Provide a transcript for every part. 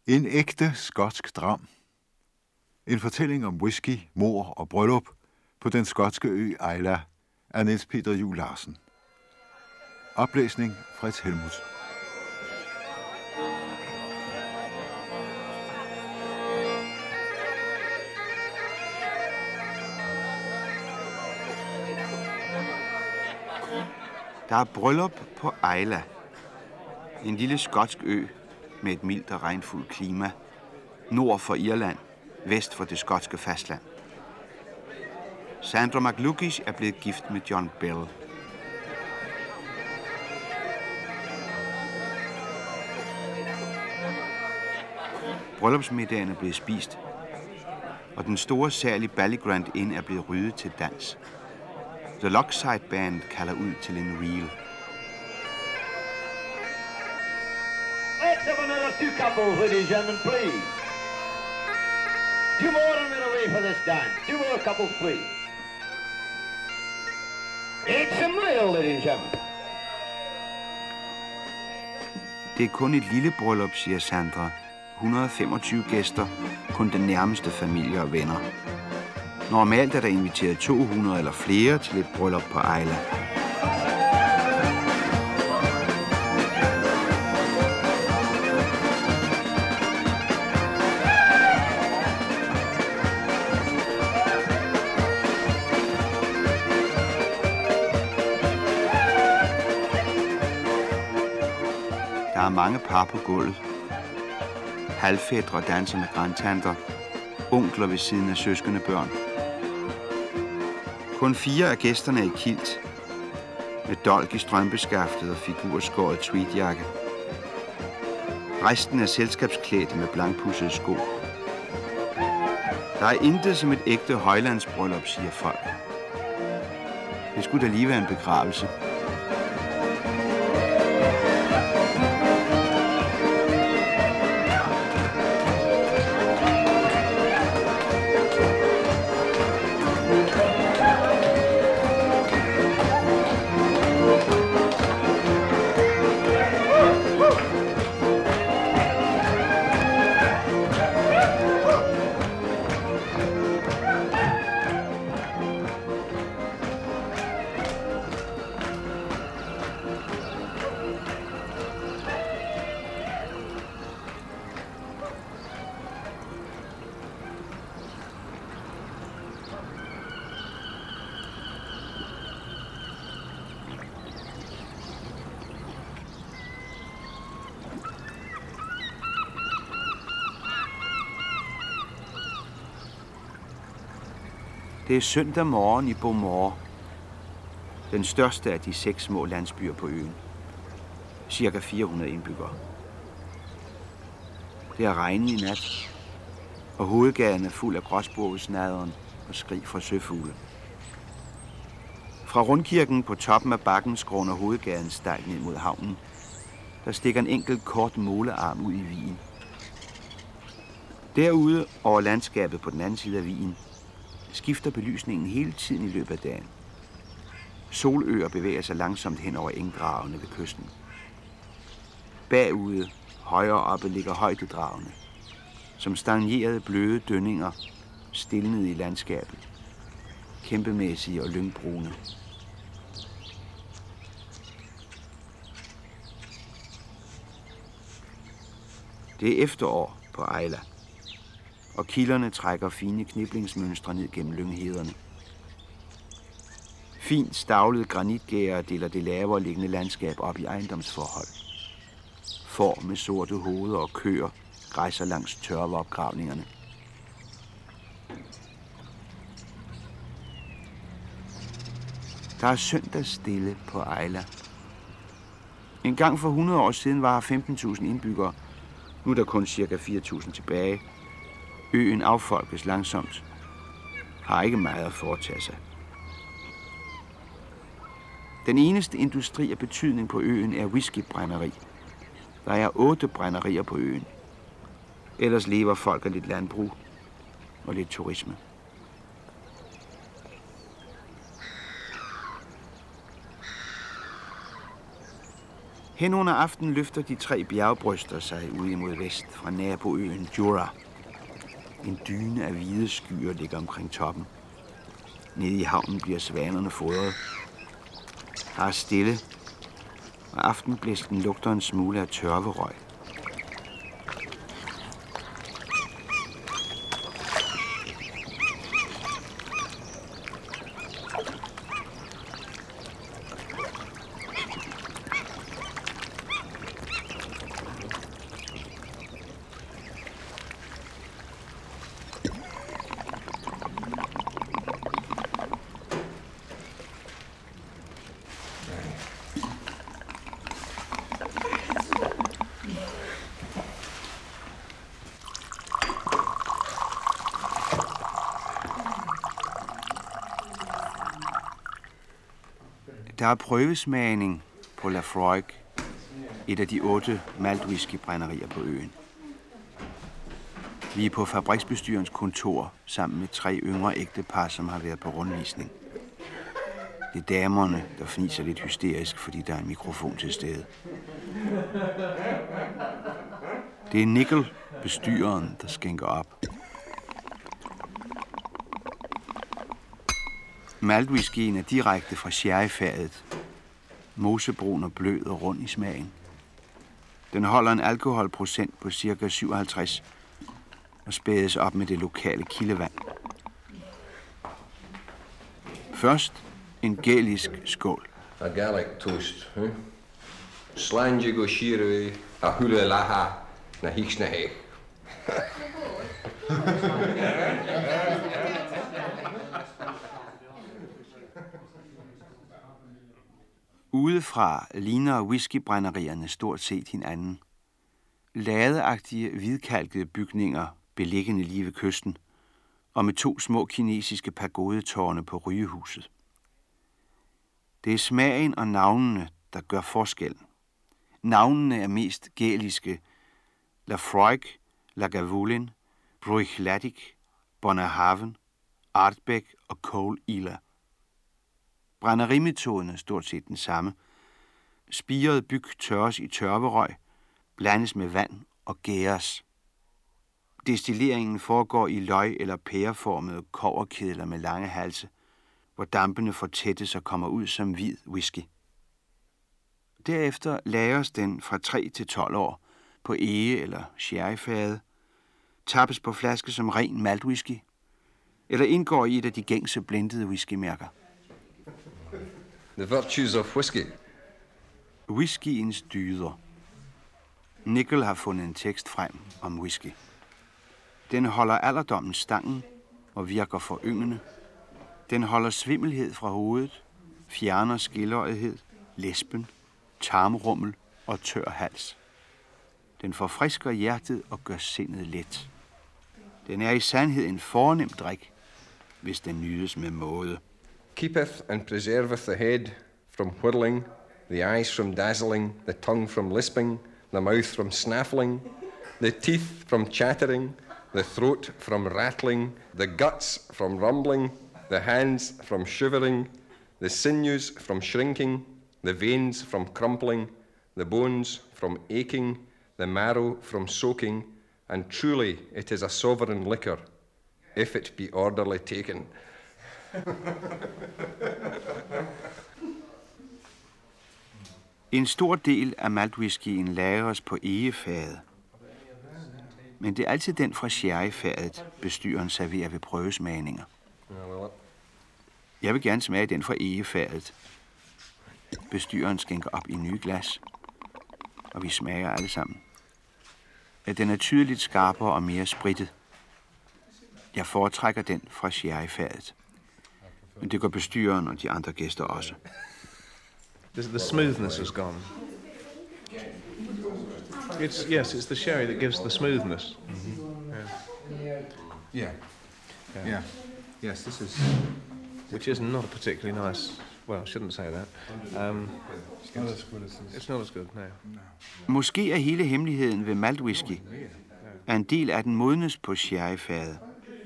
En ægte skotsk dram. En fortælling om whisky, mord og bryllup på den skotske ø Islay af Niels Peter Juel Larsen. Oplæsning Frits Helmuth. Der er bryllup på Islay, en lille skotsk ø med et mildt og regnfuldt klima, nord for Irland, vest for det skotske fastland. Sandra McLucas er blevet gift med John Bell. Bryllupsmiddagen er blevet spist, og den store sal i Ballygrand Inn er blevet ryddet til dans. The Lochside Band kalder ud til en reel. Let's have another two couples, ladies and gentlemen, please. Two more and we're away for this dance. Two more couples, please. It's a mile, ladies and gentlemen. Det er kun et lille bryllup, siger Sandra. 125 gæster, kun den nærmeste familie og venner. Normalt er der inviteret 200 eller flere til et bryllup på Islay. Der er mange par på gulvet. Halvfætre danser med grandtanter. Onkler ved siden af søskende børn. Kun 4 af gæsterne er i kilt, med dolk i strømpeskaftet og figurskåret tweedjakke. Resten er selskabsklædte med blankpudsede sko. Der er intet som et ægte højlandsbryllup, siger folk. Det skulle da lige være en begravelse. Det er søndag morgen i Beaumont, den største af de 6 små landsbyer på øen. Cirka 400 indbyggere. Det har regnet i nat, og hovedgaden er fuld af gråsbogelsnaderen og skrig fra søfugle. Fra rundkirken på toppen af bakken skråner hovedgaden stejlt ned mod havnen. Der stikker en enkelt kort målearm ud i vigen. Derude over landskabet på den anden side af vigen skifter belysningen hele tiden i løbet af dagen. Soløer bevæger sig langsomt hen over engdragene ved kysten. Bagude, højere oppe, ligger højdedragene, som stagnerede bløde dønninger, stilnede i landskabet, kæmpemæssige og lyngbrune. Det er efterår på Islay, og kilderne trækker fine kniblingsmønstre ned gennem lynghederne. Fint stavlede granitgærer deler det lavere liggende landskab op i ejendomsforhold. Får med sorte hoveder og køer græsser langs tørveopgravningerne. Der er søndagsstille på Islay. En gang for 100 år siden var 15.000 indbyggere. Nu er der kun ca. 4.000 tilbage. Øen affolkes langsomt. Har ikke meget at foretage sig. Den eneste industri af betydning på øen er whiskybrænderi. Der er 8 brænderier på øen. Ellers lever folk af lidt landbrug og lidt turisme. Hen under aftenen løfter de 3 bjergbryster sig ud imod vest fra naboøen Jura. En dyne af hvide skyer ligger omkring toppen. Nede i havnen bliver svanerne fodret. Der er stille, og aftenblæsken lugter en smule af tørverøg. Der er prøvesmagning på Laphroaig, et af de 8 maltwhisky-brænderier på øen. Vi er på fabriksbestyrens kontor sammen med 3 yngre ægtepar, som har været på rundvisning. Det er damerne, der fniser lidt hysterisk, fordi der er en mikrofon til stede. Det er Nickel, bestyreren, der skænker op. Maltwhiskyen er direkte fra sherryfadet. Mosebrun og blød og rund i smagen. Den holder en alkoholprocent på ca. 57 og spædes op med det lokale kildevand. Først en gælisk skål. A Gaelic toast. Slange go shirwe, a hula laha, na hiksna heg. Udefra ligner whiskybrænderierne stort set hinanden. Ladeagtige, hvidkalkede bygninger beliggende lige ved kysten, og med 2 små kinesiske pagodetårne på rygehuset. Det er smagen og navnene, der gør forskellen. Navnene er mest gæliske: Laphroaig, Lagavulin, Bruichladdich, Bonnehaven, Ardbeg og Caol Ila. Brænderimetoden er stort set den samme. Spiret byg tørres i tørverøg, blandes med vand og gæres. Destilleringen foregår i løg- eller pæreformede kobberkedler med lange halse, hvor dampene fortættes og kommer ud som hvid whisky. Derefter lagres den fra 3 til 12 år på ege- eller sherryfade, tappes på flaske som ren maltwhisky, eller indgår i et af de gængse blendede whiskymærker. The virtues of whisky. Whiskyens dyder. Nickel har fundet en tekst frem om whisky. Den holder alderdommen stangen og virker foryngende. Den holder svimmelhed fra hovedet, fjerner skilløjethed, lesben, tarmrummel og tør hals. Den forfrisker hjertet og gør sindet let. Den er i sandhed en fornem drik, hvis den nydes med måde. Keepeth and preserveth the head from whirling, the eyes from dazzling, the tongue from lisping, the mouth from snaffling, the teeth from chattering, the throat from rattling, the guts from rumbling, the hands from shivering, the sinews from shrinking, the veins from crumpling, the bones from aching, the marrow from soaking, and truly it is a sovereign liquor, if it be orderly taken. En stor del af maltwhiskyen lagres på egefade. Men det er altid den fra sherryfadet, bestyreren serverer ved prøvesmagninger. Jeg vil gerne smage den fra egefadet. Bestyreren skænker op i nye glas, og vi smager alle sammen. Den er tydeligt skarpere og mere sprittet. Jeg foretrækker den fra sherryfadet. Men det gør bestyreren og de andre gæster også. The smoothness has gone. It's the sherry that gives the smoothness. Yeah. Yes, this is. Which is not a particularly nice. Well, I shouldn't say that. It's not as good as this. It's not as good, no. Måske er hele hemmeligheden ved maltwhisky, at en del af den modnes på sherryfade.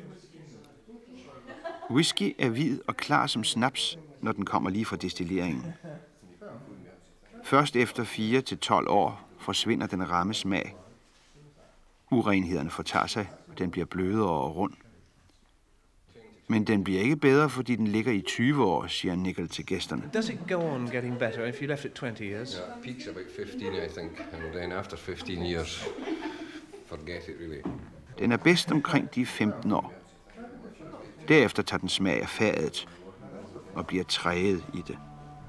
Whisky er hvid og klar som snaps, når den kommer lige fra destilleringen. Først efter 4 til 12 år forsvinder den ramme smag. Urenhederne fortager sig, og den bliver blødere og rund. Men den bliver ikke bedre, fordi den ligger i 20 år, siger Nicol til gæsterne. Does it go on getting better if you left it 20 years? Yeah, it peaks about 15, I think, and then after 15 years, forget it really. Den er bedst omkring de 15 år. Derefter tager den smag af fadet og bliver træget i det.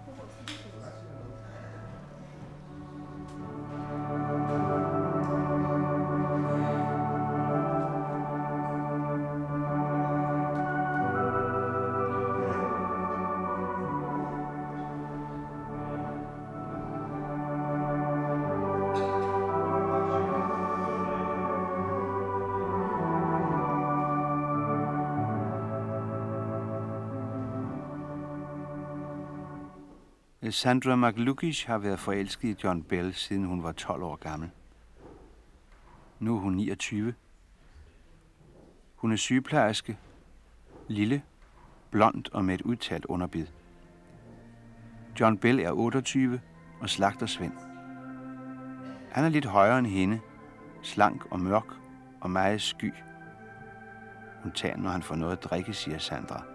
Sandra McLuckish har været forelsket i John Bell, siden hun var 12 år gammel. Nu er hun 29. Hun er sygeplejerske, lille, blond og med et udtalt underbid. John Bell er 28 og slagtersvend. Han er lidt højere end hende, slank og mørk og meget sky. Hun tager, når han får noget at drikke, siger Sandra.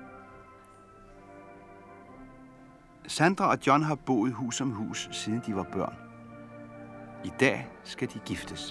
Sandra og John har boet hus om hus, siden de var børn. I dag skal de giftes.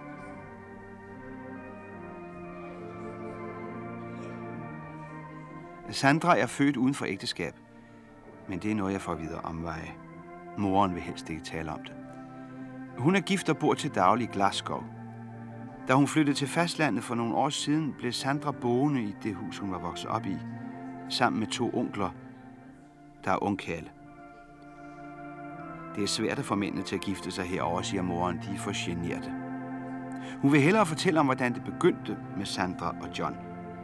Sandra er født uden for ægteskab, men det er noget, jeg får videre omveje. Moren vil helst ikke tale om det. Hun er gift og bor til daglig i Glasgow. Da hun flyttede til fastlandet for nogle år siden, blev Sandra boende i det hus, hun var vokset op i, sammen med 2 onkler, der er ungkarle. Det er svært at få mændene til at gifte sig herover, siger moren. De er for generte. Hun vil hellere fortælle om, hvordan det begyndte med Sandra og John.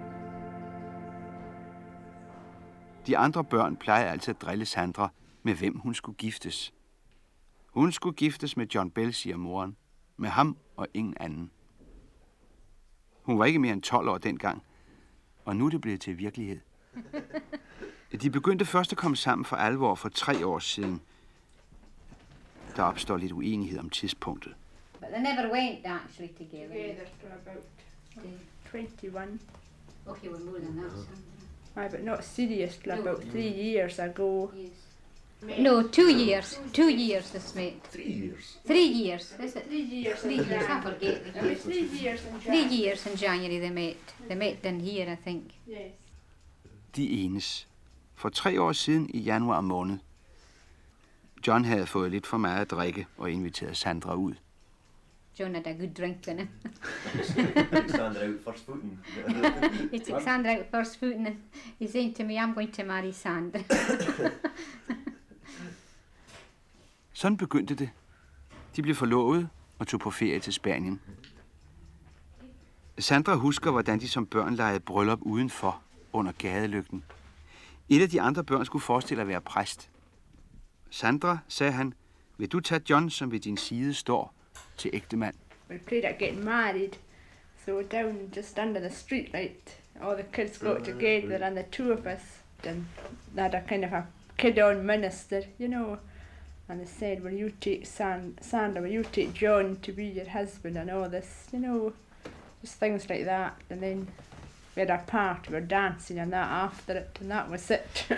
De andre børn plejer altid at drille Sandra med, hvem hun skulle giftes. Hun skulle giftes med John Bell, siger moren. Med ham og ingen anden. Hun var ikke mere end 12 år dengang, og nu er det blevet til virkelighed. De begyndte først at komme sammen for alvor for 3 år siden. Der opstår lidt uenighed om tidspunktet. But they never went actually together. Together for about 21. Okay, we're more than that. Aye, but not seriously, about 3 years ago. Yes. No, 2 years. 2 years this mate. 3 years. 3 years, is it? 3 years. 3 years, I forget the It was years. 3 years in 3 January. years in January they met. They met in here, I think. Yes. De enes. For 3 år siden i januar måned. John havde fået lidt for meget at drikke og inviterede Sandra ud. John had a good drink in him. Sandra out first footing. He took Sandra out first foot and he said to me, I'm going to marry Sandra. Sådan begyndte det. De blev forlovet og tog på ferie til Spanien. Sandra husker, hvordan de som børn legede bryllup udenfor under gadelygten. Et af de andre børn skulle forestille at være præst. Sandra, sagde han, vil du tage John, som ved din side står, til ægtemand? We prayed at getting married. So down just under the street light, all the kids got together and the 2 of us, and they had a kind of a kid-on minister, you know. And they said, will you take Sandra, will you take John to be your husband and all this, you know, just things like that. And then we had a party, we were dancing and that after it, and that was it.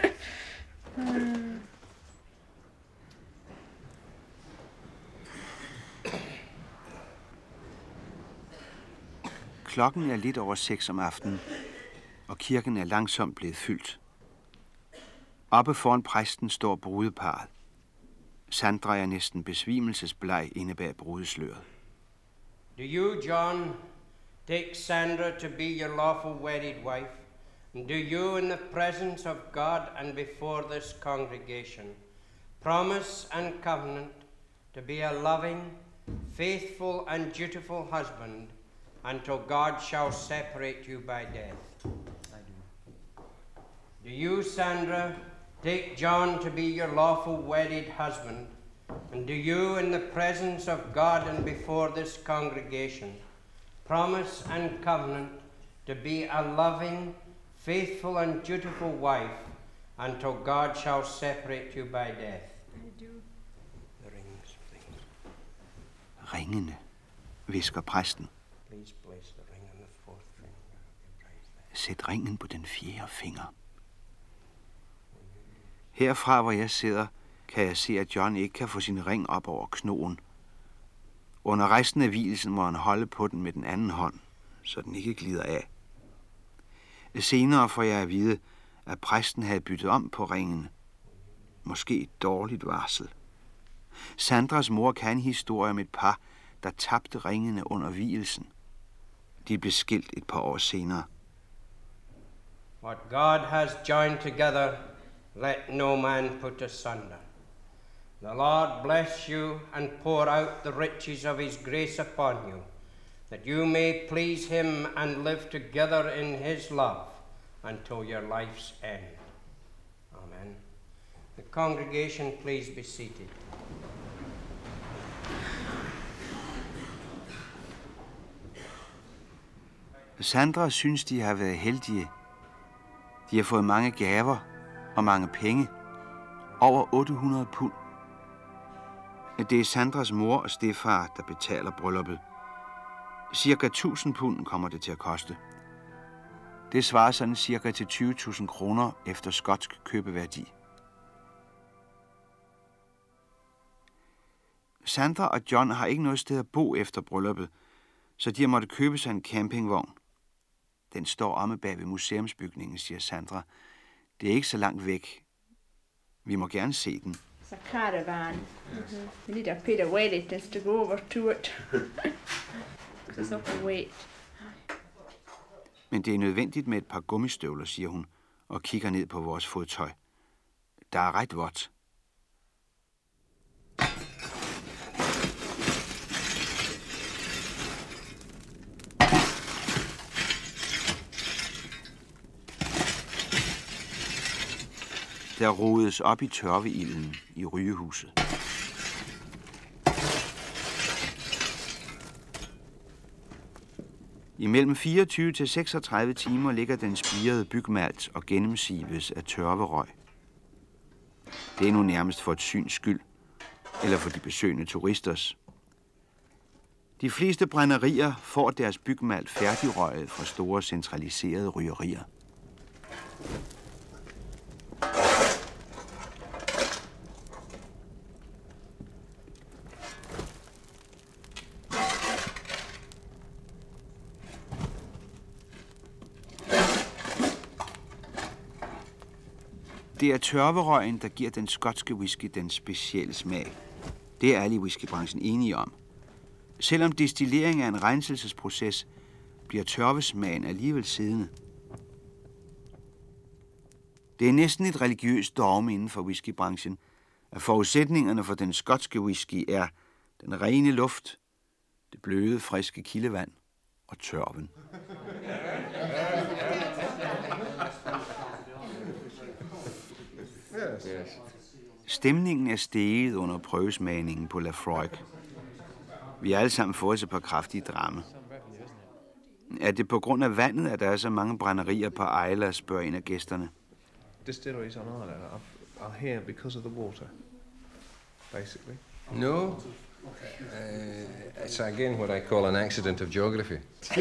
Klokken er lidt over 6 om aftenen, og kirken er langsomt blevet fyldt. Oppe foran præsten står brudeparret. Sandra er næsten besvimelsesbleg inde bag brudesløret. Do you, John, take Sandra to be your lawful wedded wife? And do you, in the presence of God and before this congregation, promise and covenant to be a loving, faithful and dutiful husband until God shall separate you by death? I do. Do you, Sandra, take John to be your lawful wedded husband? And do you, in the presence of God and before this congregation, promise and covenant to be a loving, faithful and dutiful wife until God shall separate you by death? I do. ringene, hvisker præsten. Sæt ringen på den 4. finger. Herfra, hvor jeg sidder, kan jeg se, at John ikke kan få sin ring op over knogen. Under resten af vielsen må han holde på den med den anden hånd, så den ikke glider af. Senere får jeg at vide, at præsten havde byttet om på ringen. Måske et dårligt varsel. Sandras mor kan en historie om et par, der tabte ringene under vielsen. De blev skilt et par år senere. What God has joined together, let no man put asunder. The Lord bless you and pour out the riches of his grace upon you, that you may please him and live together in his love until your life's end. Amen. The congregation, please be seated. Sandra synes, de har været heldige. De har fået mange gaver og mange penge. Over 800 pund. Det er Sandras mor og stedfar, der betaler brylluppet. Cirka 1000 pund kommer det til at koste. Det svarer sådan cirka til 20.000 kroner efter skotsk købeværdi. Sandra og John har ikke noget sted at bo efter brylluppet, så de har måttet købe sig en campingvogn. Den står omme bag ved museumsbygningen, siger Sandra. Det er ikke så langt væk. Vi må gerne se den. It's a caravan. We need a pair of waiting to go over to it. It's up and wait. Men det er nødvendigt med et par gummistøvler, siger hun, og kigger ned på vores fodtøj. Der er ret vådt. Der rodes op i tørveilden i rygehuset. Imellem 24 til 36 timer ligger den spirede bygmalt og gennemsives af tørverøg. Det er nu nærmest for et syns skyld, eller for de besøgende turisters. De fleste brænderier får deres bygmalt færdigrøget fra store centraliserede rygerier. Det er tørverøgen, der giver den skotske whisky den specielle smag. Det er alle i whiskybranchen enige om. Selvom destillering er en renselsesproces, bliver tørvesmagen alligevel siddende. Det er næsten et religiøst dogme inden for whiskybranchen, at forudsætningerne for den skotske whisky er den rene luft, det bløde, friske kildevand og tørven. Stemningen er steget under prøvesmagningen på Laphroaig. Vi har alle sammen fået så på kraftige dramme. Er det på grund af vandet, at der er så mange brænderier på Islay, spørger en af gæsterne. Distilleries on Islay are here because of the water, basically. No. It's again what I call an accident of geography.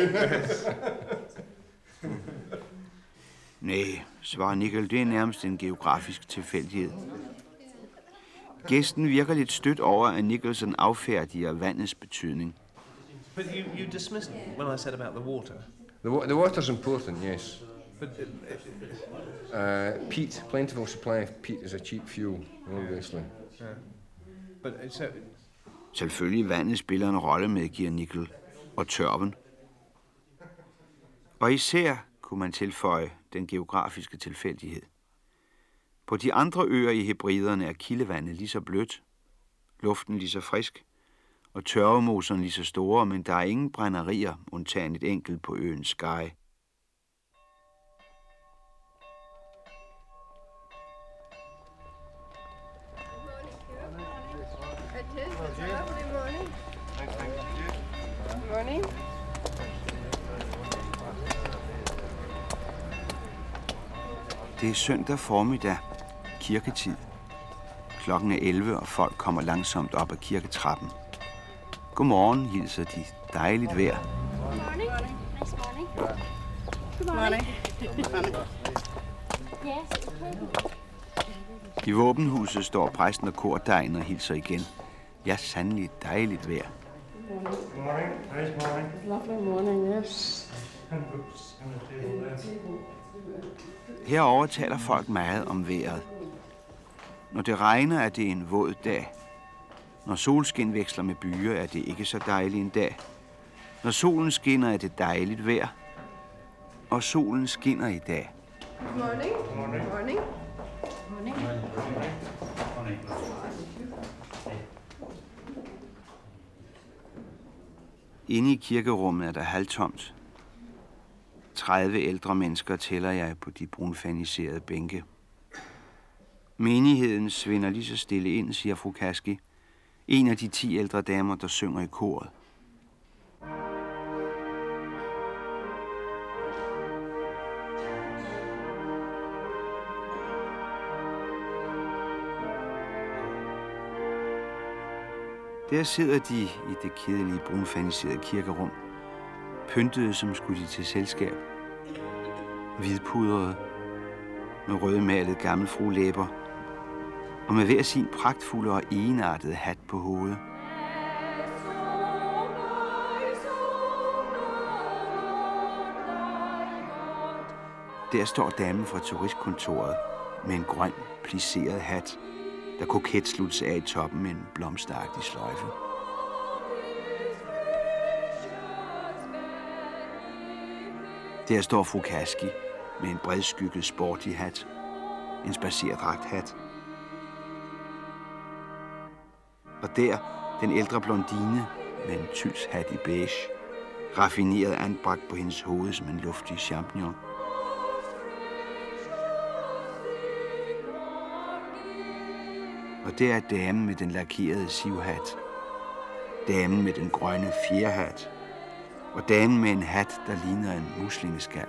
Nej, svarer Nickel, det er nærmest en geografisk tilfældighed. Gæsten virker lidt stødt over, at Nicholson affærdiger vandets betydning. But you dismissed when I said about the water. The water's important, yes. But peat, plentiful supply of peat is a cheap fuel, obviously. Yeah. But so Selvfølgelig vandet spiller en rolle, medgiver Nickel, og tørven. Og især kunne man tilføje den geografiske tilfældighed. På de andre øer i Hebriderne er kildevandet lige så blødt, luften lige så frisk, og tørvemoserne lige så store, men der er ingen brænderier, undtagen et enkelt på øen Skye. Det er søndag formiddag, kirketid. Klokken er 11, og folk kommer langsomt op ad kirketrappen. Godmorgen, hilser de. Dejligt vejr. Morning. Nice morning. Good morning. Yes, okay. I våbenhuset står præsten og kordegnen og hilser igen. Ja, sandelig dejligt vejr. Morning. Nice morning. Lovely morning, yes. Herover taler folk meget om vejret. Når det regner, er det en våd dag. Når solskin veksler med byer, er det ikke så dejlig en dag. Når solen skinner, er det dejligt vejr. Og solen skinner i dag. Morning. Morning. Morning. Morning. Inde i kirkerummet er der halvtomt. 30 ældre mennesker tæller jeg på de brunfaniserede bænke. Menigheden svinder lige så stille ind, siger fru Kaski. En af de 10 ældre damer, der synger i koret. Der sidder de i det kedelige brunfaniserede kirkerum. Pyntede, som skulle de til selskab. Hvidpudrede, med rødmalede gammelfrulæber, og med hver sin pragtfulde og enartede hat på hovedet. Der står damen fra turistkontoret med en grøn, plisseret hat, der koket sluttes af i toppen med en blomsteragtig sløjfe. Der står fru Kaski med en bredskygget sporty hat, en spadserdragt-hat. Og der den ældre blondine med en tyls hat i beige, raffineret anbragt på hendes hoved som en luftig champignon. Og der er damen med den lakerede sivhat, damen med den grønne fjerhat, og damen med en hat, der ligner en muslingeskal.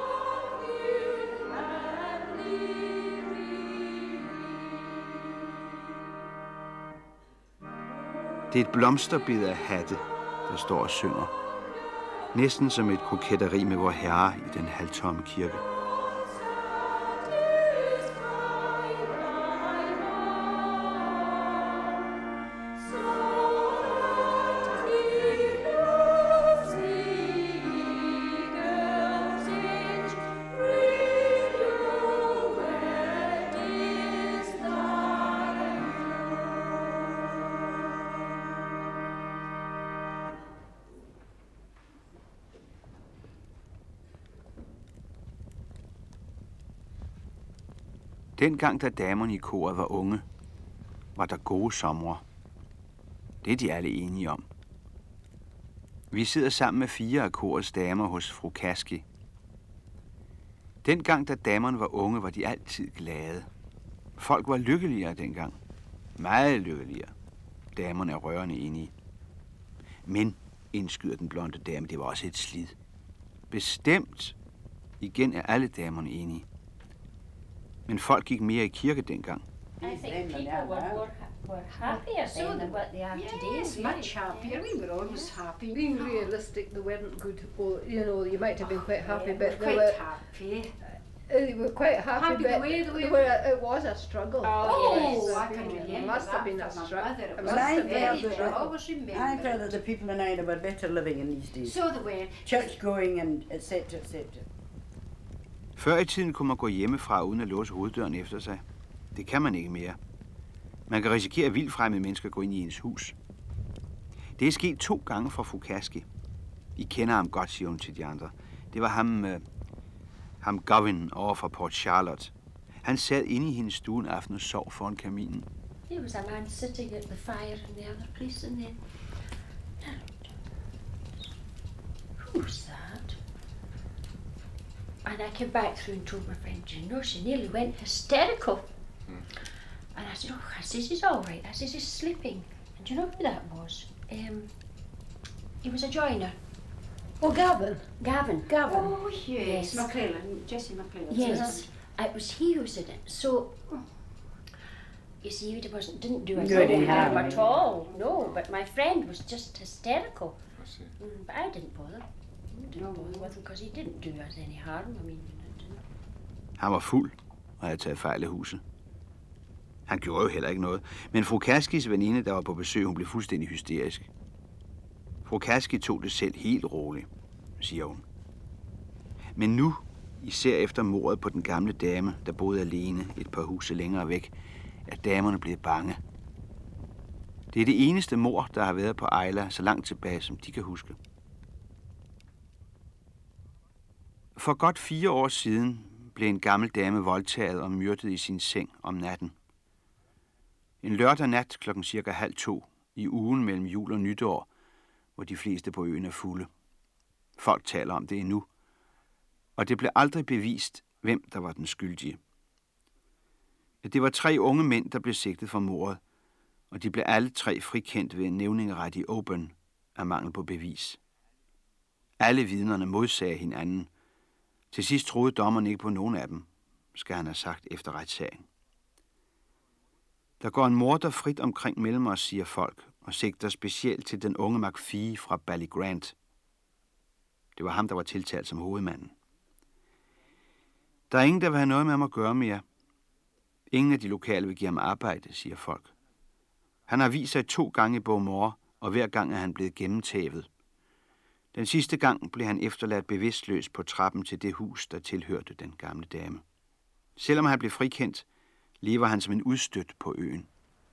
Det er et blomsterbed af hatte, der står og synger. Næsten som et koketteri med vor herre i den halvtomme kirke. Dengang, da damerne i koret var unge, var der gode somre. Det er de alle enige om. Vi sidder sammen med 4 af korets damer hos fru Kaski. Dengang, da damerne var unge, var de altid glade. Folk var lykkeligere dengang. Meget lykkeligere. Damerne er rørende enige. Men, indskyder den blonde dame, det var også et slid. Bestemt. Igen er alle damerne enige. Men folk gik mere i kirke dengang. I think people were happier then than what they are today. Yes, much happier. We were always happy. Being realistic, they weren't good. Well, you might have been quite happy, but they were happy. They were quite happy, but it was a struggle. Oh, yes. I can remember. It must have been a struggle. Well, I felt that the people in Ida were better living in these days. So they were. Church going and etc. etc. Før i tiden kunne man gå hjemmefra uden at låse hoveddøren efter sig. Det kan man ikke mere. Man kan risikere, at vildfremmede mennesker går ind i ens hus. Det er sket 2 gange for fru Kaski. I kender ham godt, siger hun til de andre. Det var ham Govin over fra Port Charlotte. Han sad inde i hendes stue en aften og sov foran kaminen. There was a man sitting at the fire in the other place, and then who's that? And I came back through and told my friend, you know, she nearly went hysterical. And I said, oh, I says, he's all right. I says, he's sleeping. And do you know who that was? He was a joiner. Oh, Gavin. Gavin. Oh, Yes. McClellan, Jesse McClellan. Yes, it was he who said it. So You see, it didn't do us any harm at all. No, but my friend was just hysterical. I see. But I didn't bother. I didn't bother with him because he didn't do us any harm. I mean, Han var fuld og havde taget fejl af huset. Han gjorde jo heller ikke noget. Men fru Kaskis veninde, der var på besøg, hun blev fuldstændig hysterisk. Fru Kaski tog det selv helt roligt, siger hun. Men nu, især efter mordet på den gamle dame, der boede alene et par huse længere væk, er damerne blevet bange. Det er det eneste mord, der har været på Ayla så langt tilbage, som de kan huske. For godt 4 år siden blev en gammel dame voldtaget og myrdet i sin seng om natten. En lørdag nat klokken cirka 1:30 i ugen mellem jul og nytår, hvor de fleste på øen er fulde. Folk taler om det endnu, og det blev aldrig bevist, hvem der var den skyldige. Det var 3 unge mænd, der blev sigtet for mordet, og de blev alle 3 frikendt ved en nævningeret i Oban af mangel på bevis. Alle vidnerne modsagde hinanden. Til sidst troede dommeren ikke på nogen af dem, skal han have sagt efter retssagen. Der går en morder frit omkring mellem os, siger folk, og sigter specielt til den unge McPhee fra Ballygrant. Det var ham, der var tiltalt som hovedmanden. Der er ingen, der vil have noget med ham at gøre mere. Ingen af de lokale vil give ham arbejde, siger folk. Han har vist sig 2 gange i Beaumont, og hver gang er han blevet gennemtævet. Den sidste gang blev han efterladt bevidstløs på trappen til det hus, der tilhørte den gamle dame. Selvom han blev frikendt, lever han som en udstødt på øen.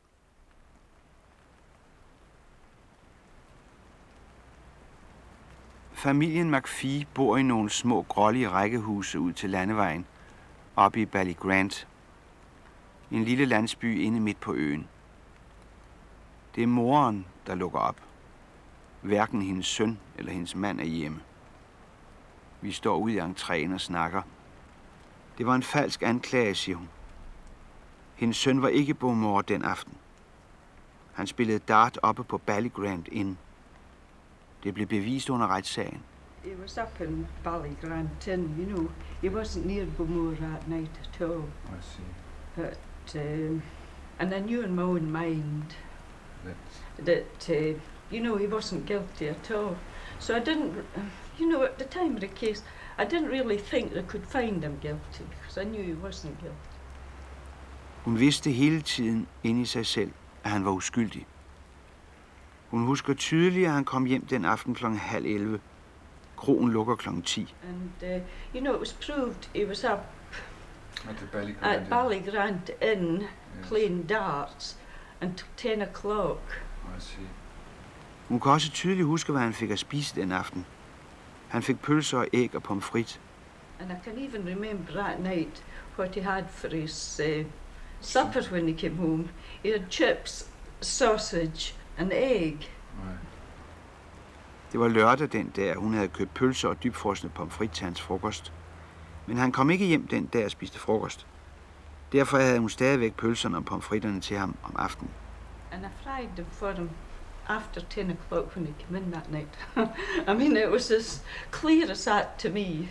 Familien McPhee bor i nogle små grålige rækkehuse ud til landevejen, oppe i Ballygrant. En lille landsby inde midt på øen. Det er moren, der lukker op. Hverken hendes søn eller hendes mand er hjemme. Vi står ude i entréen og snakker. Det var en falsk anklage, siger hun. Hendes søn var ikke Beaumont den aften. Han spillede dart oppe på Ballygrant Inn. Det blev bevist under retssagen. It was up in Ballygrant Inn, you know. It wasn't near Beaumont that night at all. I see. But, and I knew in my own mind that you know, he wasn't guilty at all. So I didn't, you know, at the time of the case, I didn't really think they could find him guilty, because I knew he wasn't guilty. Hun vidste hele tiden inde i sig selv, at han var uskyldig. Hun husker tydeligt, at han kom hjem den aften kl. 10:30. Kroen lukker kl. 10. And, you know, it was proved he was up at Ballygrant Inn, playing darts until 10 o'clock. I see. Hun kan også tydeligt huske, hvad han fik at spise den aften. Han fik pølser og æg og pomfrit. And I can even remember that night what he had for his supper when he came home. He had chips, sausage and egg. Det var lørdag den dag, hun havde købt pølser og dybfrosne pomfrit til hans frokost. Men han kom ikke hjem den dag og spiste frokost. Derfor havde hun stadigvæk pølserne og pomfritterne til ham om aftenen. And I fried them for him after 10 o'clock when he came in that night. I mean, it was as clear as that to me.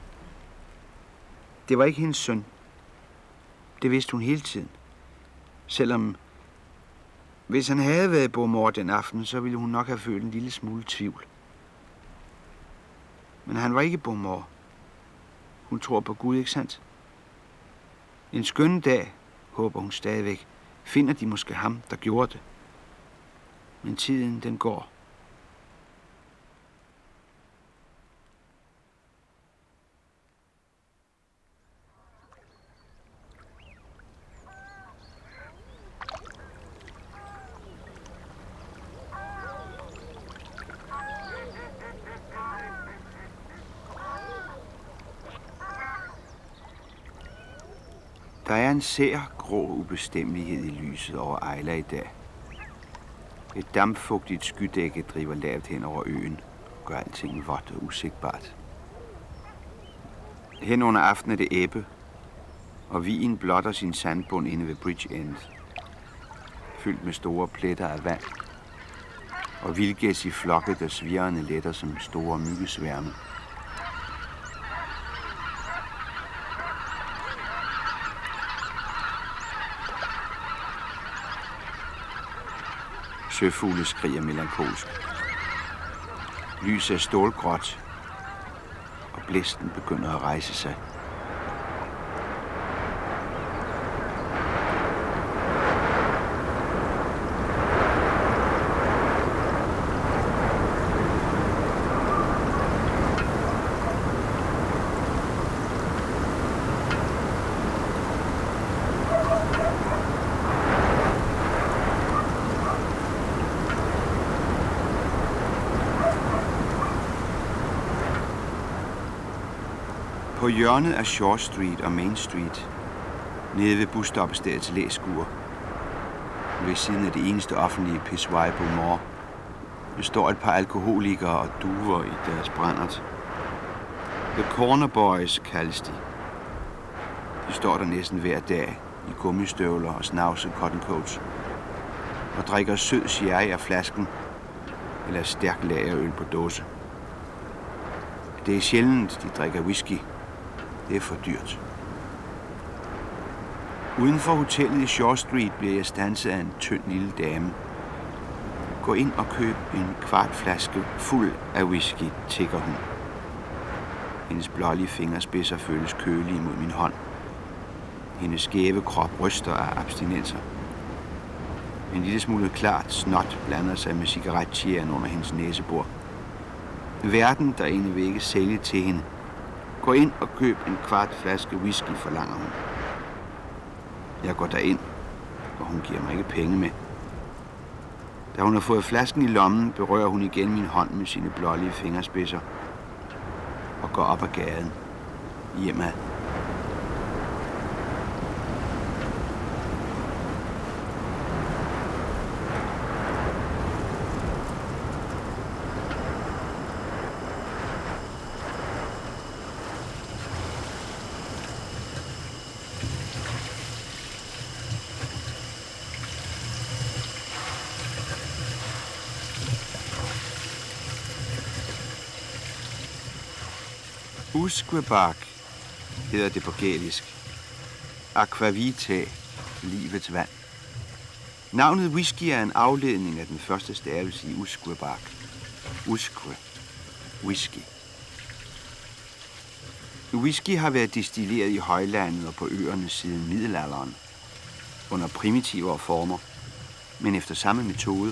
Det var ikke hendes søn. Det vidste hun hele tiden. Selvom, hvis han havde været i Beaumont den aften, så ville hun nok have følt en lille smule tvivl. Men han var ikke i Beaumont. Hun tror på Gud, ikke sandt? En skøn dag, håber hun stadigvæk, finder de måske ham, der gjorde det. Men tiden, den går. Der er en sær, grå ubestemmelighed i lyset over Ayla i dag. Et dampfugtigt skydække driver lavt hen over øen og gør alting vådt og usigtbart. Hen under aftenen er det ebbe, og vigen blotter sin sandbund inde ved Bridge End, fyldt med store pletter af vand, og vildgæs i flokke, der svirrende letter som store myggesværme. søfugle skriger melankolsk. Lyset er stålgråt, og blæsten begynder at rejse sig. På hjørnet af Shaw Street og Main Street, nede ved busstoppestedets læskur, ved siden af det eneste offentlige pissoir i Beaumont, står et par alkoholikere og duver i deres brændert. The Corner Boys kaldes de. De står der næsten hver dag i gummistøvler og snavset cotton coats og drikker sød sherry af flasken eller stærk lagerøl på dåse. Det er sjældent, de drikker whisky. Det er for dyrt. Uden for hotellet i Shaw Street bliver jeg standset af en tynd lille dame. Gå ind og køb en kvart flaske fuld af whisky, tigger hun. Hendes blålige fingerspidser føles kølige mod min hånd. Hendes skæve krop ryster af abstinenser. En lille smule klart snot blander sig med cigarettjæren under hendes næsebord. Verden, der egentlig vil ikke sælge til hende. Gå ind og køb en kvart flaske whisky, forlanger hun. Jeg går derind, og hun giver mig ikke penge med. Da hun har fået flasken i lommen, berører hun igen min hånd med sine blålige fingerspidser og går op ad gaden hjemad. Usquebac hedder det på gælisk. Aquavitae, livets vand. Navnet whisky er en afledning af den første stavelse i Usquebac. Usque, whisky. Whisky har været destilleret i højlandet og på øerne siden middelalderen, under primitivere former, men efter samme metode.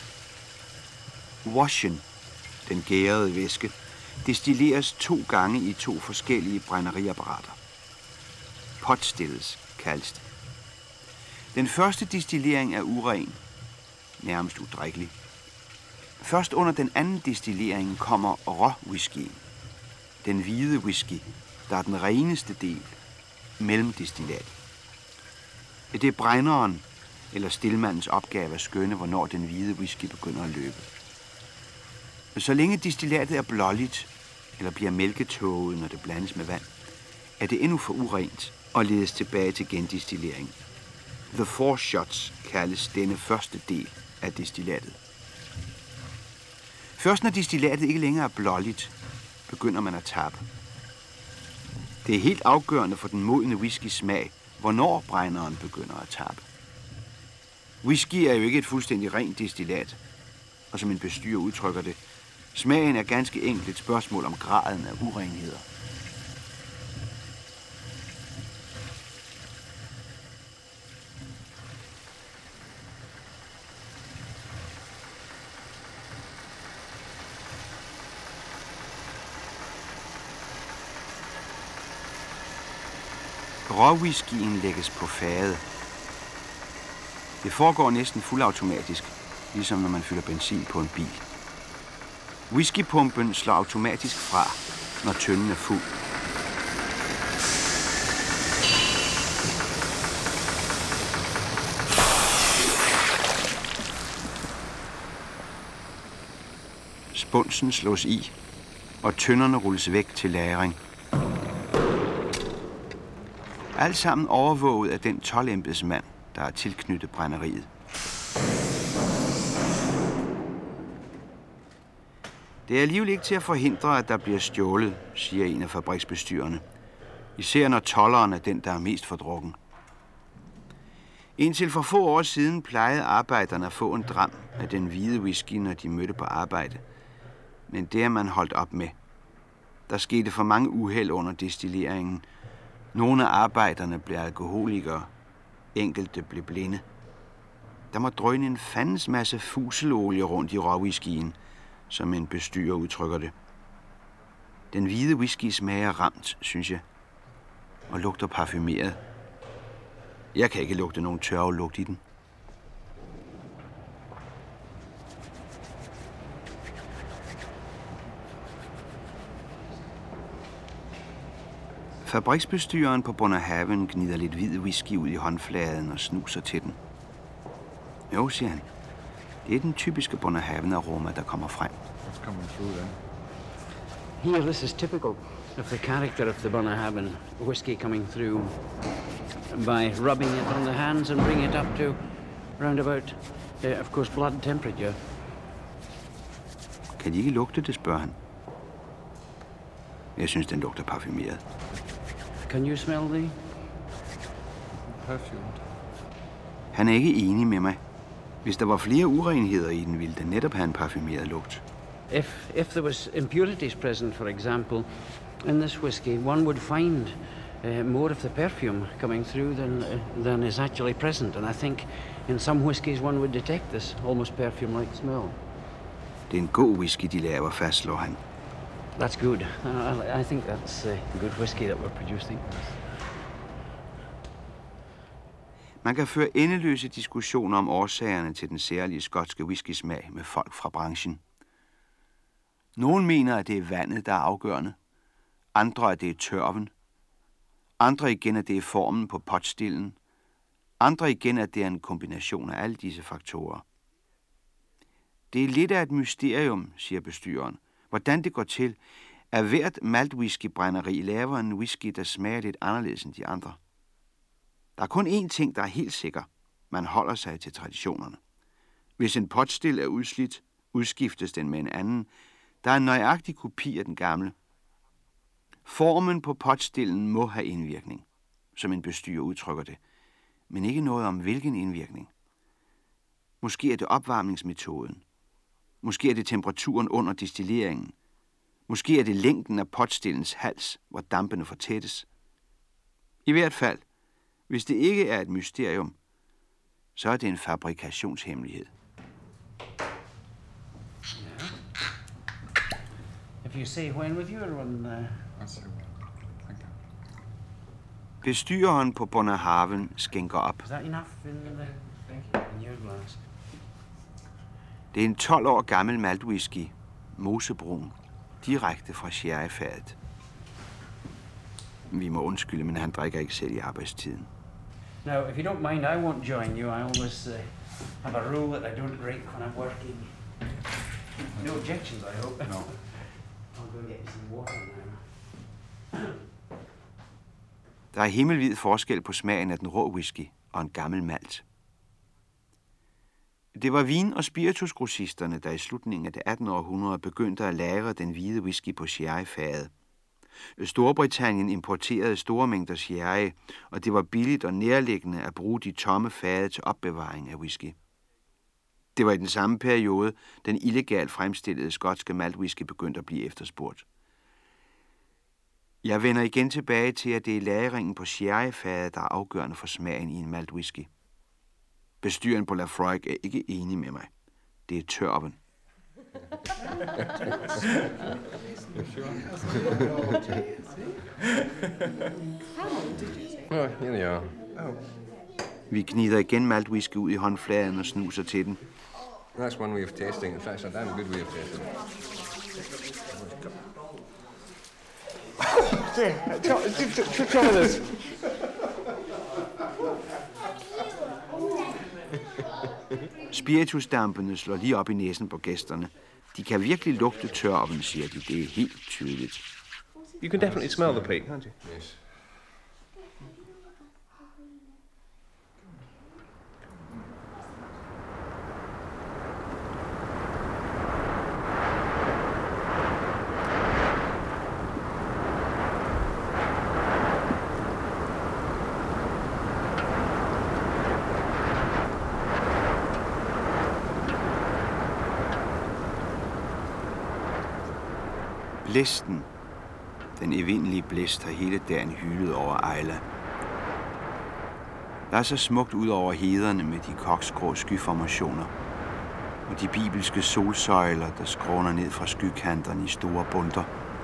Washen, den gærede væske, destilleres 2 gange i 2 forskellige brænderiapparater. Potstilles kaldes det. Den første destillering er uren, nærmest udrikkelig. Først under den anden destillering kommer råwhiskyen, den hvide whisky, der er den reneste del, mellemdestillat. Det er brænderen eller stillmandens opgave at skønne, hvornår den hvide whisky begynder at løbe. Så længe distillatet er blåligt eller bliver mælketåget, når det blandes med vand, er det endnu for urent og ledes tilbage til gendistillering. The four shots kaldes denne første del af distillatet. Først når distillatet ikke længere er blåligt, begynder man at tappe. Det er helt afgørende for den modne whiskys smag, hvornår brænderen begynder at tappe. Whisky er jo ikke et fuldstændig rent distillat, og som en bestyrer udtrykker det, smagen er ganske enkelt et spørgsmål om graden af urenheder. Råwhiskyen lægges på fade. Det foregår næsten fuldautomatisk, ligesom når man fylder benzin på en bil. Whiskypumpen slår automatisk fra, når tønden er fuld. Spunsen slås i, og tønderne rulles væk til lagring. Alt sammen overvåget af den 12-embedsmand, der er tilknyttet brænderiet. Det er alligevel ikke til at forhindre, at der bliver stjålet, siger en af fabriksbestyrerne. Især når tolderen er den, der er mest fordrukken. Indtil for få år siden plejede arbejderne at få en dram af den hvide whisky, når de mødte på arbejde. Men det er man holdt op med. Der skete for mange uheld under destilleringen. Nogle af arbejderne blev alkoholikere. Enkelte blev blinde. Der må drøne en fandens masse fuselolie rundt i råwhiskyen, som en bestyrer udtrykker det. Den hvide whisky smager ramt, synes jeg, og lugter parfumeret. Jeg kan ikke lugte nogen tørvelugt i den. Fabriksbestyreren på Bunnahabhain gnider lidt hvid whisky ud i håndfladen og snuser til den. Jo, siger han. Det er den typiske Bunnahabhain-aroma, der kommer frem. What's coming through then? Here, this is typical of the character of the Bunnahabhain whiskey coming through by rubbing it on the hands and bring it up to round about, of course, blood temperature. Kan de ikke lugte det, spørger han. Jeg synes, den lugter parfumeret. Can you smell the perfume? Han er ikke enig med mig. Hvis der var flere urenheder i den, ville den netop have en parfumeret lugt. If there was impurities present, for example, in this whiskey, one would find more of the perfume coming through than is actually present. And I think in some whiskies one would detect this almost perfume-like smell. Det er en god whisky, de laver, fastslår han. That's good. I think that's a good whiskey that we're producing. Man kan føre endeløse diskussioner om årsagerne til den særlige skotske whiskysmag med folk fra branchen. Nogle mener, at det er vandet, der er afgørende. Andre, at det er tørven. Andre igen, at det er formen på potstillen. Andre igen, at det er en kombination af alle disse faktorer. Det er lidt af et mysterium, siger bestyreren, hvordan det går til, at hvert maltwhiskybrænderi laver en whisky, der smager lidt anderledes end de andre. Der er kun én ting, der er helt sikker. Man holder sig til traditionerne. Hvis en potstil er udslidt, udskiftes den med en anden, der er en nøjagtig kopi af den gamle. Formen på potstillen må have indvirkning, som en bestyrer udtrykker det, men ikke noget om hvilken indvirkning. Måske er det opvarmningsmetoden. Måske er det temperaturen under destilleringen. Måske er det længden af potstillens hals, hvor dampene fortættes. I hvert fald, hvis det ikke er et mysterium, så er det en fabrikationshemmelighed. If you say when with your one... Bestyreren på Bunnahabhain skænker op. Is that enough in your glass? Det er en 12 år gammel maltwhisky, mosebrun, direkte fra sherryfadet. Vi må undskylde, men han drikker ikke selv i arbejdstiden. Now, if you don't mind, I won't join you. I always have a rule that I don't drink when I'm working. No objections, I hope. No. I'll go get some water now. Der er himmelvid forskel på smagen af den rå whisky og en gammel malt. Det var vin- og spiritusgrossisterne, der i slutningen af det 18. århundrede begyndte at lagre den hvide whisky på sherryfade. Storbritannien importerede store mængder sherry, og det var billigt og nærliggende at bruge de tomme fade til opbevaring af whisky. Det var i den samme periode, den illegalt fremstillede skotske maltwhisky begyndte at blive efterspurgt. Jeg vender igen tilbage til, at det er lagringen på sherryfade, der er afgørende for smagen i en maltwhisky. Bestyreren på Laphroaig er ikke enig med mig. Det er tørven. Oh, here they are. Vi gnider igen maltwhisky ud i håndfladen og snuser til den. That's one way of tasting. In fact, it's a damn good way of tasting. Try this. Spiritusdampene slår lige op i næsen på gæsterne. De kan virkelig lugte tørven, siger de. Det er helt tydeligt. You can definitely smell the peat, can't you? Yes. Blæsten, den evindelige blæst, har hele dagen hylet over Ejla. Der er så smukt ud over hederne med de koksgrå skyformationer og de bibelske solsøjler, der skråner ned fra skykanterne i store bundter.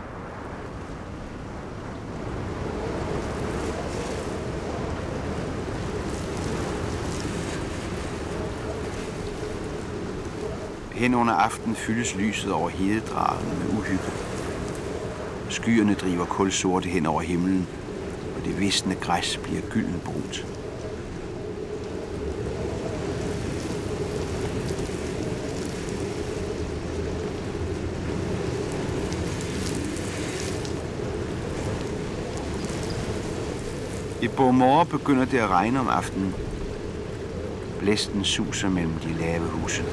Hen under aftenen fyldes lyset over hededragene med uhygge. Skyerne driver kulsorte hen over himlen, og det visne græs bliver gyldenbrunt. I Bormore begynder det at regne om aftenen. Blæsten suser mellem de lave huse.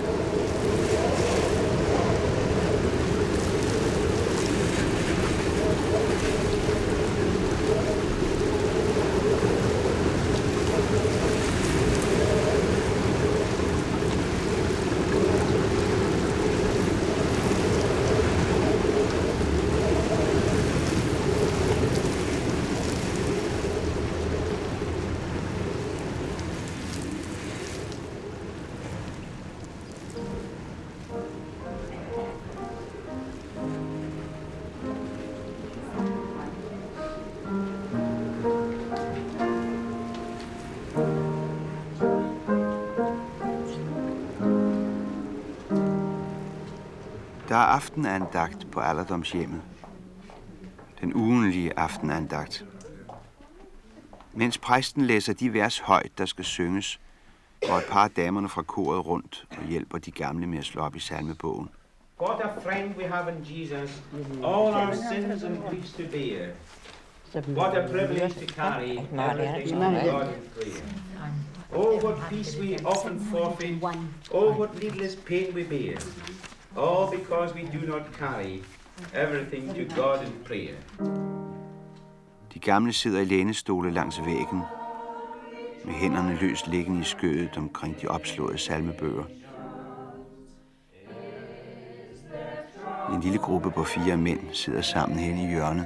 Der er aftenandagt på alderdomshjemmet. Den ugenlige aftenandagt. Mens præsten læser de vers højt, der skal synges, går et par af damerne fra koret rundt og hjælper de gamle med at slå op i salmebogen. What a friend we have in Jesus, all our sins and griefs to bear. What a privilege to carry everything to God in prayer. Oh, what peace we often forfeit. Oh, what needless pain we bear. All because we do not carry everything to God in prayer. De gamle sidder i lænestole langs væggen, med hænderne løst liggende i skødet omkring de opslåede salmebøger. En lille gruppe på 4 mænd sidder sammen hen i hjørnet.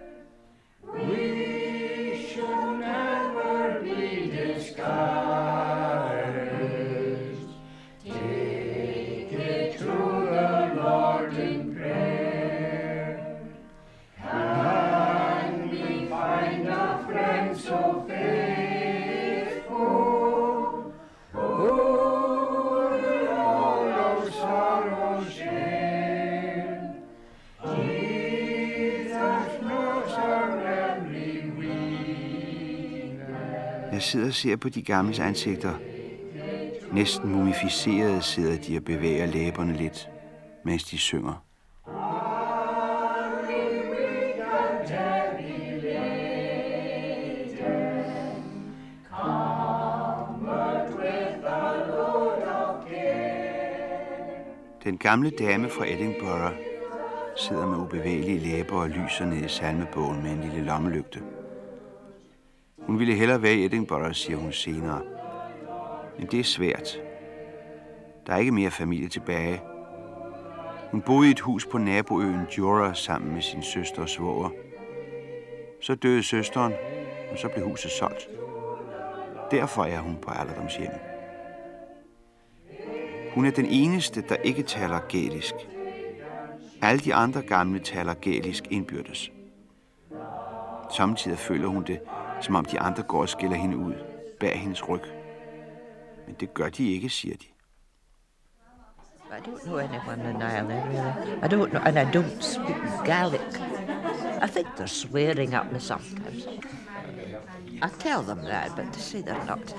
Jeg sidder og ser på de gamles ansigter. Næsten mumificerede sidder de og bevæger læberne lidt, mens de synger. Den gamle dame fra Edinburgh sidder med ubevægelige læber og lyser ned i salmebogen med en lille lommelygte. Hun ville hellere være i Edinburgh, siger hun senere. Men det er svært. Der er ikke mere familie tilbage. Hun boede i et hus på naboøen Jura sammen med sin søster og svoger. Så døde søsteren, og så blev huset solgt. Derfor er hun på alderdomshjemmet. Hun er den eneste, der ikke taler gælisk. Alle de andre gamle taler gælisk indbyrdes. Samtidig føler hun det, som om de andre går og skiller hende ud bag hendes ryg. Men det gør de ikke, siger de. I don't know anyone in Ireland, really. I don't know, and I don't speak Gaelic. I think they're swearing at me sometimes. I tell them that, but they say they're not.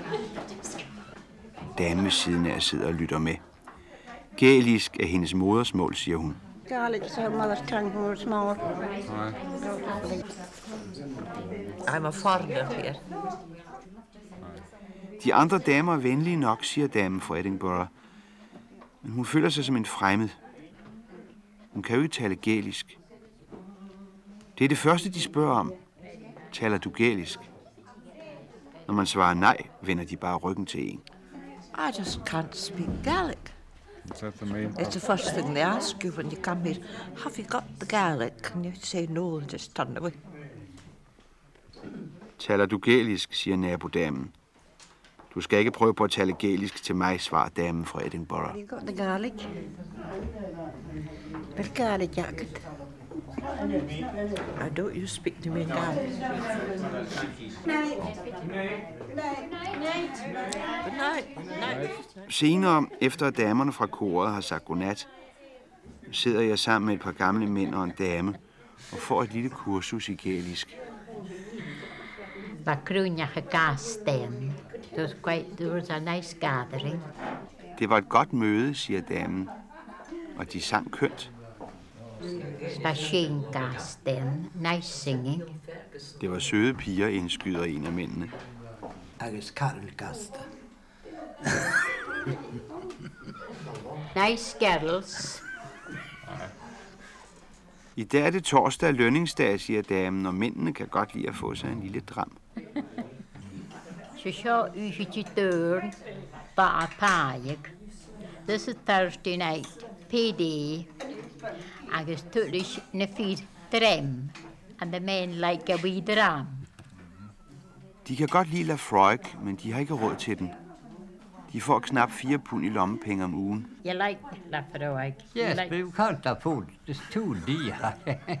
Damen ved siden af sidder og lytter med. Gælisk er hendes modersmål, siger hun. Gaelic is her mother's tongue when we're small. I'm a foreigner here. De andre damer er venlige nok, siger damen fra Edinburgh. Men hun føler sig som en fremmed. Hun kan jo ikke tale gælisk. Det er det første, de spørger om. Taler du gælisk? Når man svarer nej, vender de bare ryggen til en. I just can't speak Gaelic. Is that the main? It's the first thing they ask you when you come here. Have you got the garlic? And you say no and just turn away. Taler du gælisk, siger nabodamen. Du skal ikke prøve på at tale gælisk til mig, svarer damen fra Edinburgh. You got the garlic? The garlic jacket. I don't you speak to me in garlic. Good night. Senere, efter at damerne fra koret har sagt godnat, sidder jeg sammen med et par gamle mænd og en dame og får et lille kursus i gælisk. There was a nice gathering. Det var et godt møde, siger damen, og de sang kønt. Nice singing. Det var søde piger, indskyder en af mændene. Nice girls. I dag er det torsdag lønningsdag, siger damen, og mændene kan godt lide at få sig en lille dram. Så ut døren, bare pajek. This is Thursday night, PD. Agus tullish na feed drem, and the men like a wee dram. De kan godt lide Lafroig, men de har ikke råd til den. De får knap 4 pund i lommepenge om ugen. You like Lafroig? Yes, but you can't afford it. It's too dear.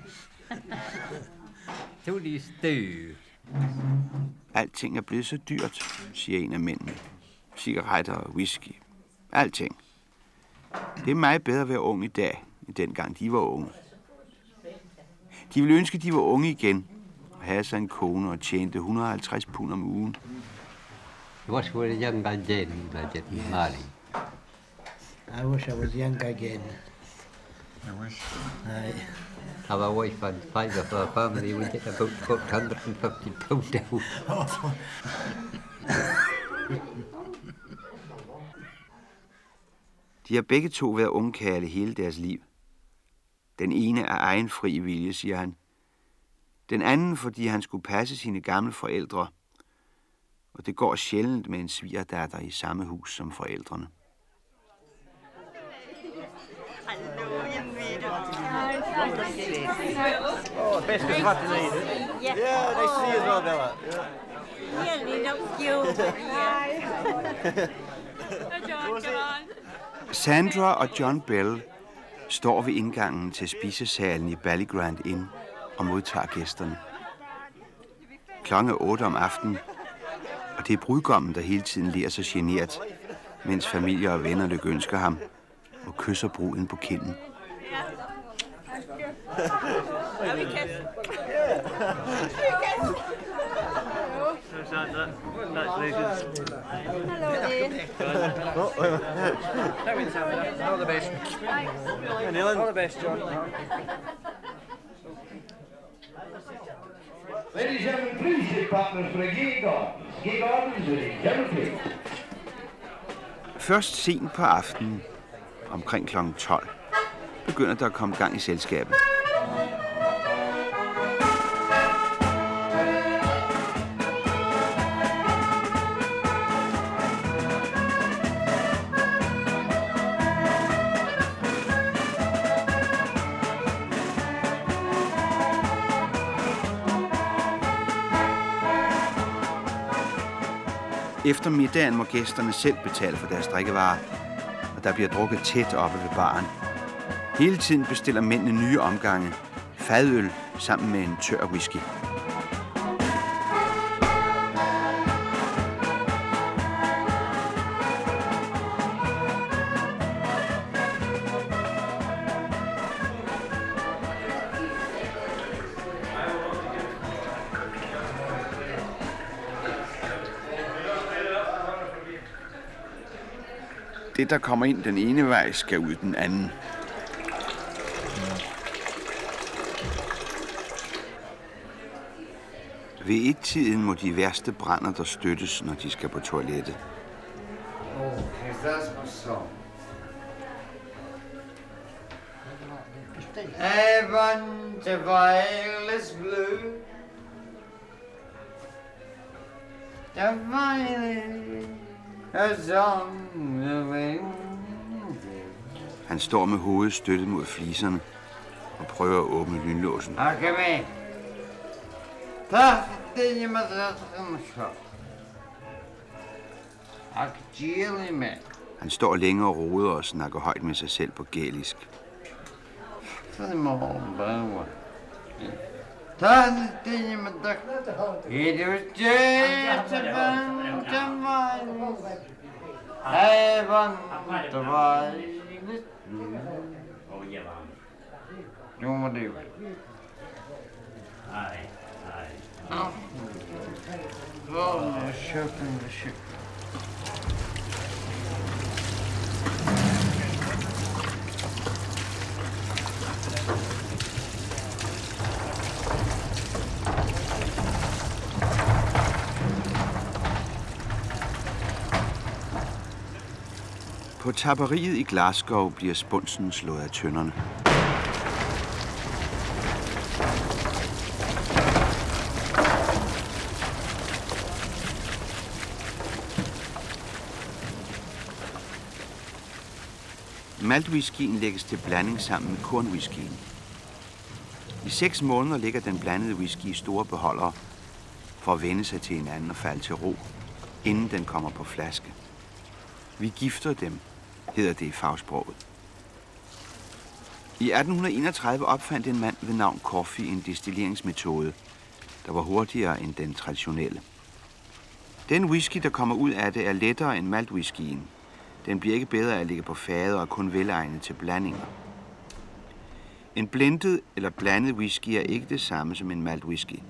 Too dear stew. Alting er blevet så dyrt, siger en af mændene. Cigaretter og whisky. Alting. Det er meget bedre at være ung i dag, end dengang de var unge. De ville ønske, de var unge igen, og havde sig en kone og tjente 150 pund om ugen. You wish you were young again, Bridget Marley. I wish I was young again. I wish. Have a wife and 5 of our family, we get about 150 pounds out. De har begge to været ungkarle hele deres liv. Den ene af egen fri vilje, siger han. Den anden, fordi han skulle passe sine gamle forældre. Og det går sjældent med en svigerdatter i samme hus som forældrene. Oh, best is what you need. Yeah, nice to see you as well, Bella. Sandra og John Bell står ved indgangen til spisesalen i Ballygrand Inn og modtager gæsterne. Klokken er 8 om aftenen, og det er brudgommen, der hele tiden ler sig genert, mens familie og venner lykønsker ham og kysser bruden på kinden. All the best. All the best, John. Ladies and gentlemen, please take partners for a Gay Gardens. Gay Gardens with a general plate. Først sent på aftenen, omkring kl. 12, begynder der at komme gang i selskabet. Efter middagen må gæsterne selv betale for deres drikkevarer, og der bliver drukket tæt oppe ved baren. Hele tiden bestiller mændene nye omgange, fadøl sammen med en tør whisky. Det, der kommer ind den ene vej, skal ud den anden. Ved et-tiden må de værste brænder der støttes, når de skal på toilettet. Heaven to violet's blue, the violet is on the wing. Han står med hovedet støttet mod fliserne og prøver at åbne lynlåsen. Okay. تحتي مدرسة أكجيلي من Han står længe og roder og snakker højt med sig selv på gælisk. تحتي مدرسة يدوجي تبان تمايل أيضا تبايل يوم ديو På tapperiet i Glasgow bliver spunsen slået af tønderne. Maltwhiskyen lægges til blanding sammen med kornwhiskyen. I 6 måneder ligger den blandede whisky i store beholdere for at vende sig til hinanden og falde til ro, inden den kommer på flaske. Vi gifter dem, hedder det i fagsproget. I 1831 opfandt en mand ved navn Coffey en destilleringsmetode, der var hurtigere end den traditionelle. Den whisky, der kommer ud af det, er lettere end maltwhiskyen. Den bliver ikke bedre af at ligge på fade og er kun velegnet til blandinger. En blendet eller blandet whisky er ikke det samme som en maltwhisky.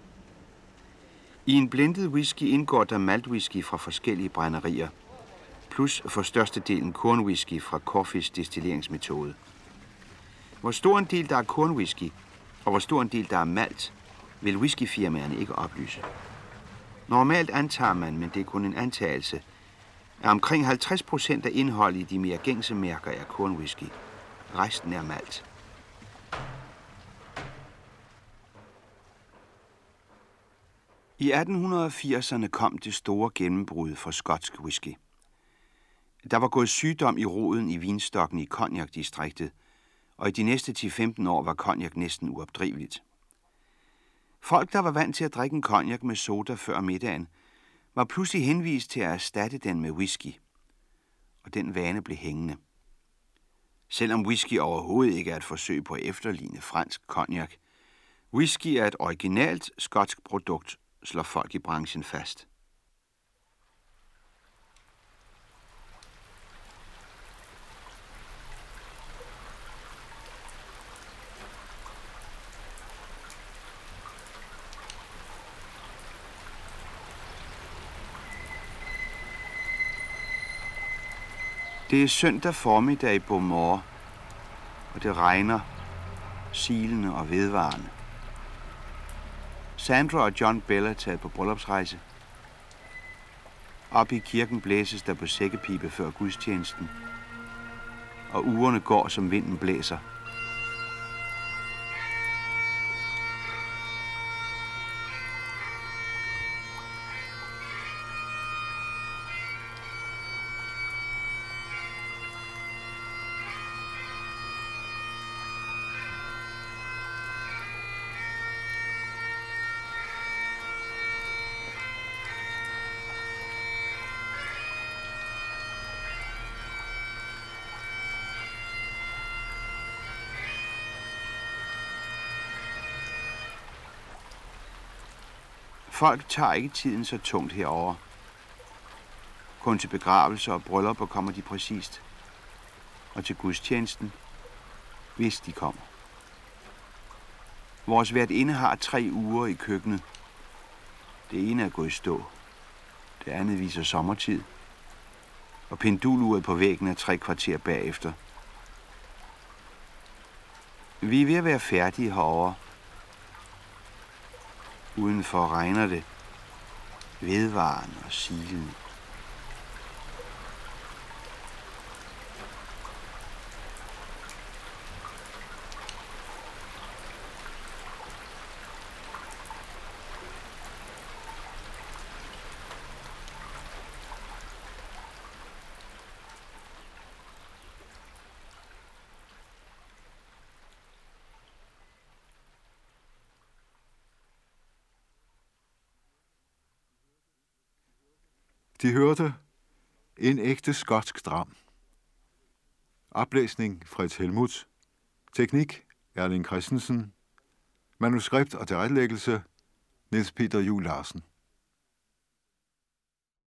I en blendet whisky indgår der maltwhisky fra forskellige brænderier, plus for størstedelen kornwhisky fra Coffeys destilleringsmetode. Hvor stor en del der er kornwhisky, og hvor stor en del der er malt, vil whiskyfirmaerne ikke oplyse. Normalt antager man, men det er kun en antagelse, at omkring 50% af indholdet i de mere gængse mærker er kornwhisky. Resten er malt. I 1880'erne kom det store gennembrud for skotsk whisky. Der var gået sygdom i roden i vinstokken i Cognac-distriktet, og i de næste 10-15 år var cognac næsten uopdriveligt. Folk, der var vant til at drikke en cognac med soda før middagen, var pludselig henvist til at erstatte den med whisky, og den vane blev hængende. Selvom whisky overhovedet ikke er et forsøg på at efterligne fransk cognac, whisky er et originalt skotsk produkt, slår folk i branchen fast. Det er søndag formiddag i Beaumont, og det regner, silende og vedvarende. Sandra og John Bell er taget på bryllupsrejse. Op i kirken blæses der på sækkepibe før gudstjenesten, og ugerne går, som vinden blæser. Folk tager ikke tiden så tungt herover. Kun til begravelser og bryllupper kommer de præcist. Og til gudstjenesten, hvis de kommer. Vores værtinde har 3 uger i køkkenet. Det ene er gået i stå. Det andet viser sommertid. Og penduluret på væggen er 3 kvarter bagefter. Vi er ved at være færdige herovre. Udenfor regner det, vedvarende og silende. De hørte En ægte skotsk dram. Oplæsning Fritz Helmuth. Teknik Erling Christensen. Manuskript og tilrettelæggelse Niels Peter Juel Larsen.